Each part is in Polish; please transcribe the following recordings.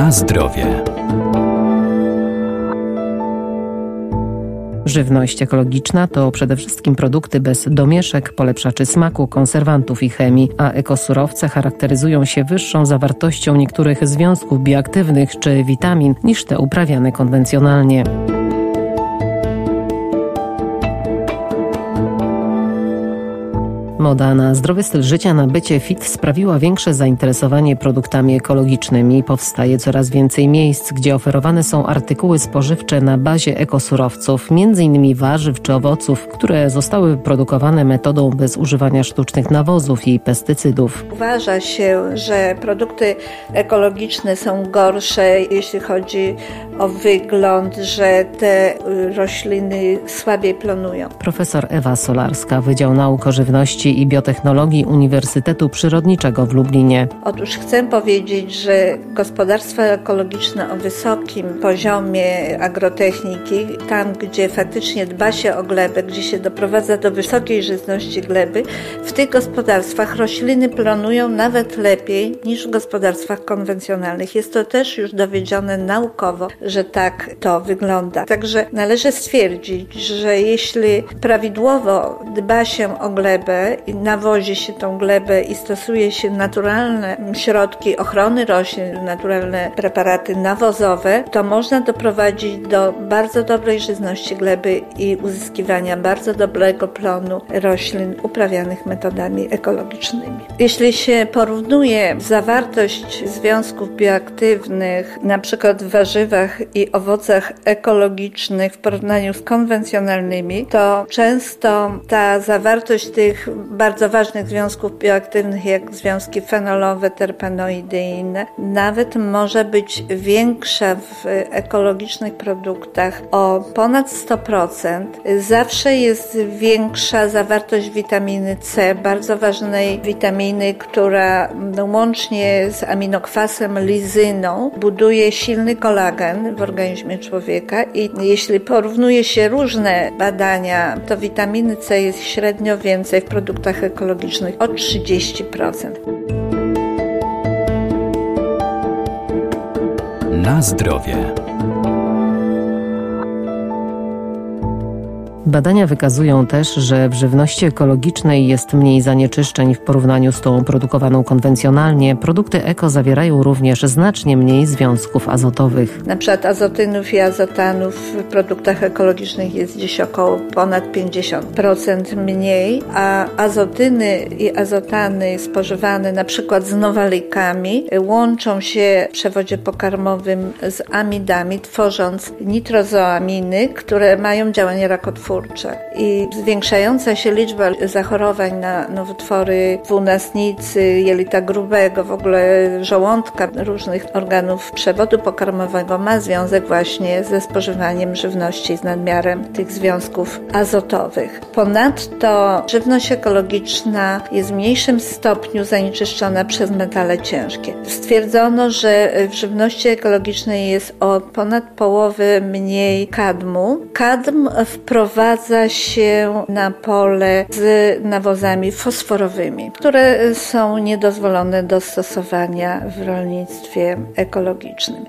Na zdrowie. Żywność ekologiczna to przede wszystkim produkty bez domieszek, polepszaczy smaku, konserwantów i chemii, a ekosurowce charakteryzują się wyższą zawartością niektórych związków bioaktywnych czy witamin niż te uprawiane konwencjonalnie. Moda na zdrowy styl życia, na bycie fit sprawiła większe zainteresowanie produktami ekologicznymi. Powstaje coraz więcej miejsc, gdzie oferowane są artykuły spożywcze na bazie ekosurowców, m.in. warzyw czy owoców, które zostały wyprodukowane metodą bez używania sztucznych nawozów i pestycydów. Uważa się, że produkty ekologiczne są gorsze, jeśli chodzi o wygląd, że te rośliny słabiej plonują. Profesor Ewa Solarska, Wydział Nauk o Żywności i Biotechnologii Uniwersytetu Przyrodniczego w Lublinie. Otóż chcę powiedzieć, że gospodarstwa ekologiczne o wysokim poziomie agrotechniki, tam gdzie faktycznie dba się o glebę, gdzie się doprowadza do wysokiej żyzności gleby, w tych gospodarstwach rośliny plonują nawet lepiej niż w gospodarstwach konwencjonalnych. Jest to też już dowiedzione naukowo, że tak to wygląda. Także należy stwierdzić, że jeśli prawidłowo dba się o glebę i nawozi się tą glebę i stosuje się naturalne środki ochrony roślin, naturalne preparaty nawozowe, to można doprowadzić do bardzo dobrej żyzności gleby i uzyskiwania bardzo dobrego plonu roślin uprawianych metodami ekologicznymi. Jeśli się porównuje zawartość związków bioaktywnych, na przykład w warzywach i owocach ekologicznych w porównaniu z konwencjonalnymi, to często ta zawartość tych bardzo ważnych związków bioaktywnych, jak związki fenolowe, terpenoidy i inne, nawet może być większa w ekologicznych produktach o ponad 100%. Zawsze jest większa zawartość witaminy C, bardzo ważnej witaminy, która łącznie z aminokwasem lizyną buduje silny kolagen w organizmie człowieka i jeśli porównuje się różne badania, to witaminy C jest średnio więcej w produktach ekologicznych o 30%. Na zdrowie. Badania wykazują też, że w żywności ekologicznej jest mniej zanieczyszczeń w porównaniu z tą produkowaną konwencjonalnie. Produkty eko zawierają również znacznie mniej związków azotowych. Na przykład azotynów i azotanów w produktach ekologicznych jest gdzieś około ponad 50% mniej, a azotyny i azotany spożywane na przykład z nowalikami łączą się w przewodzie pokarmowym z amidami, tworząc nitrozoaminy, które mają działanie rakotwórcze. I zwiększająca się liczba zachorowań na nowotwory dwunastnicy, jelita grubego, w ogóle żołądka, różnych organów przewodu pokarmowego ma związek właśnie ze spożywaniem żywności z nadmiarem tych związków azotowych. Ponadto żywność ekologiczna jest w mniejszym stopniu zanieczyszczona przez metale ciężkie. Stwierdzono, że w żywności ekologicznej jest o ponad połowę mniej kadmu. Kadm wprowadza się na pole z nawozami fosforowymi, które są niedozwolone do stosowania w rolnictwie ekologicznym.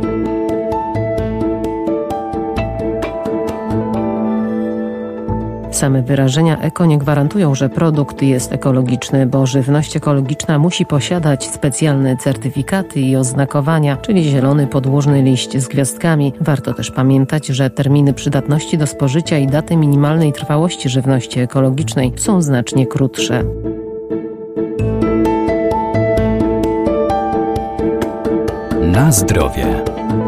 Same wyrażenia eko nie gwarantują, że produkt jest ekologiczny, bo żywność ekologiczna musi posiadać specjalne certyfikaty i oznakowania, czyli zielony podłużny liść z gwiazdkami. Warto też pamiętać, że terminy przydatności do spożycia i daty minimalnej trwałości żywności ekologicznej są znacznie krótsze. Na zdrowie.